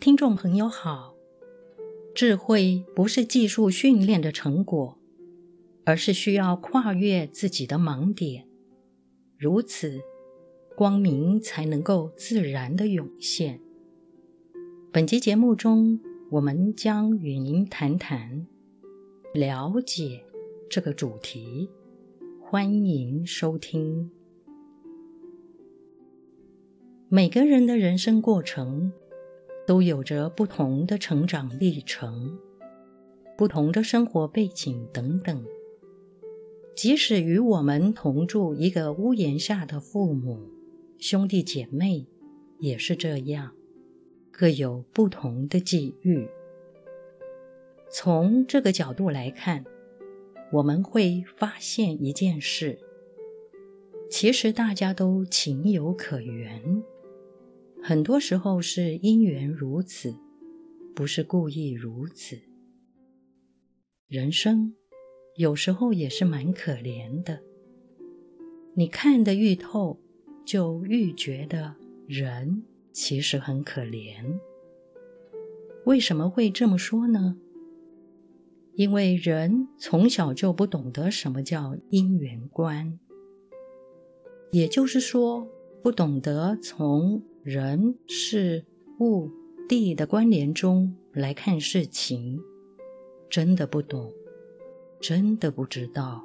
听众朋友好，智慧不是技术训练的成果，而是需要跨越自己的盲点，如此光明才能够自然地涌现。本期节目中，我们将与您谈谈了解这个主题，欢迎收听。每个人的人生过程都有着不同的成长历程，不同的生活背景等等。即使与我们同住一个屋檐下的父母、兄弟姐妹，也是这样，各有不同的际遇。从这个角度来看，我们会发现一件事，其实大家都情有可原，很多时候是因缘如此，不是故意如此。人生有时候也是蛮可怜的，你看得愈透，就愈觉得人其实很可怜。为什么会这么说呢？因为人从小就不懂得什么叫因缘观，也就是说，不懂得从人、事、物、地的关联中来看事情，真的不懂，真的不知道。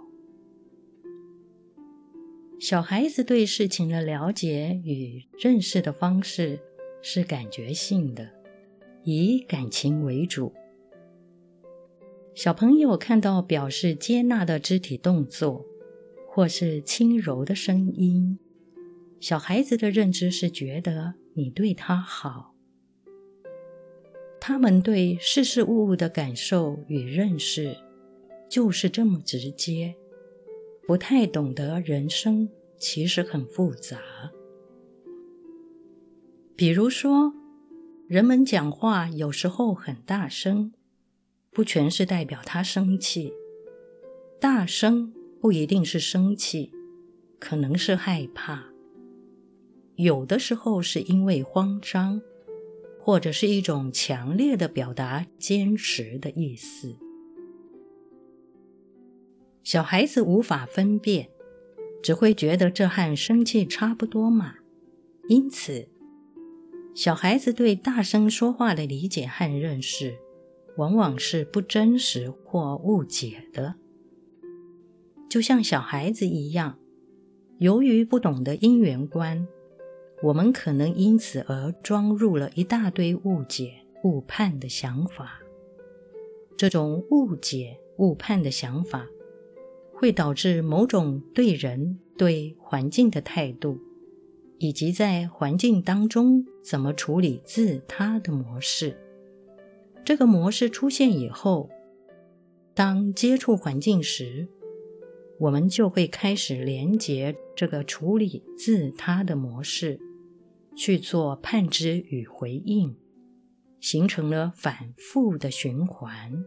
小孩子对事情的了解与认识的方式是感觉性的，以感情为主。小朋友看到表示接纳的肢体动作，或是轻柔的声音，小孩子的认知是觉得你对他好。他们对事事物物的感受与认识就是这么直接，不太懂得人生其实很复杂。比如说，人们讲话有时候很大声，不全是代表他生气，大声不一定是生气，可能是害怕，有的时候是因为慌张，或者是一种强烈的表达坚持的意思。小孩子无法分辨，只会觉得这和生气差不多嘛。因此，小孩子对大声说话的理解和认识，往往是不真实或误解的。就像小孩子一样，由于不懂得因缘观，我们可能因此而装入了一大堆误解、误判的想法。这种误解、误判的想法会导致某种对人、对环境的态度，以及在环境当中怎么处理自他的模式。这个模式出现以后，当接触环境时，我们就会开始连结这个处理自他的模式，去做判知与回应，形成了反复的循环。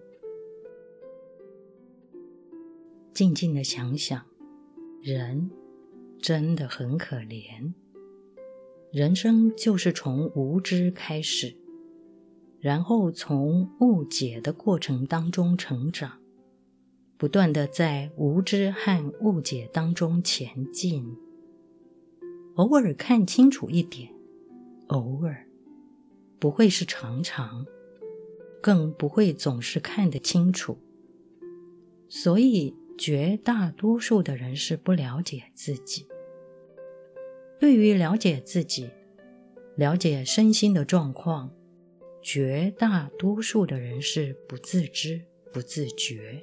静静地想想，人真的很可怜。人生就是从无知开始，然后从误解的过程当中成长，不断地在无知和误解当中前进。偶尔看清楚一点，偶尔，不会是常常，更不会总是看得清楚。所以绝大多数的人是不了解自己。对于了解自己，了解身心的状况，绝大多数的人是不自知、不自觉。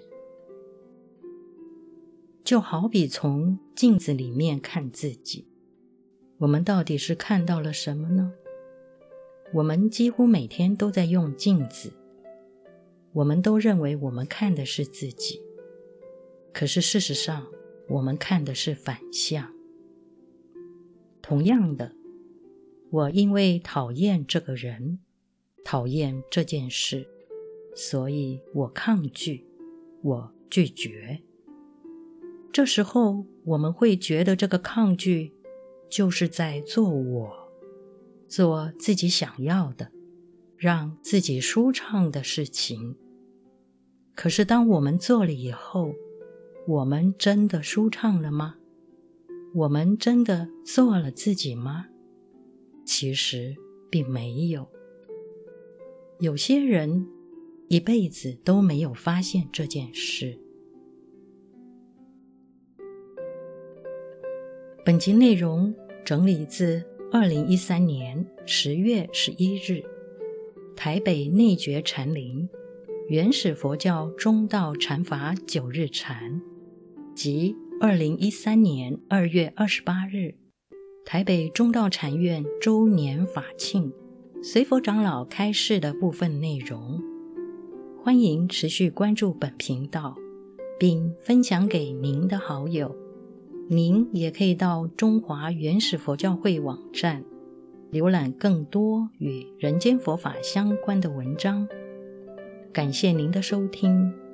就好比从镜子里面看自己，我们到底是看到了什么呢？我们几乎每天都在用镜子，我们都认为我们看的是自己，可是事实上，我们看的是反向。同样的，我因为讨厌这个人，讨厌这件事，所以我抗拒，我拒绝。这时候我们会觉得这个抗拒就是在做我，做自己想要的， 让自己舒畅的事情。可是当我们做了以后，我们真的舒畅了吗？我们真的做了自己吗？其实并没有。有些人一辈子都没有发现这件事。本集内容整理自2013年10月11日，台北内觉禅林原始佛教中道禅法9日禅，及2013年2月28日，台北中道禅院周年法庆随佛长老开示的部分内容。欢迎持续关注本频道，并分享给您的好友。您也可以到中华原始佛教会网站浏览更多与人间佛法相关的文章。感谢您的收听。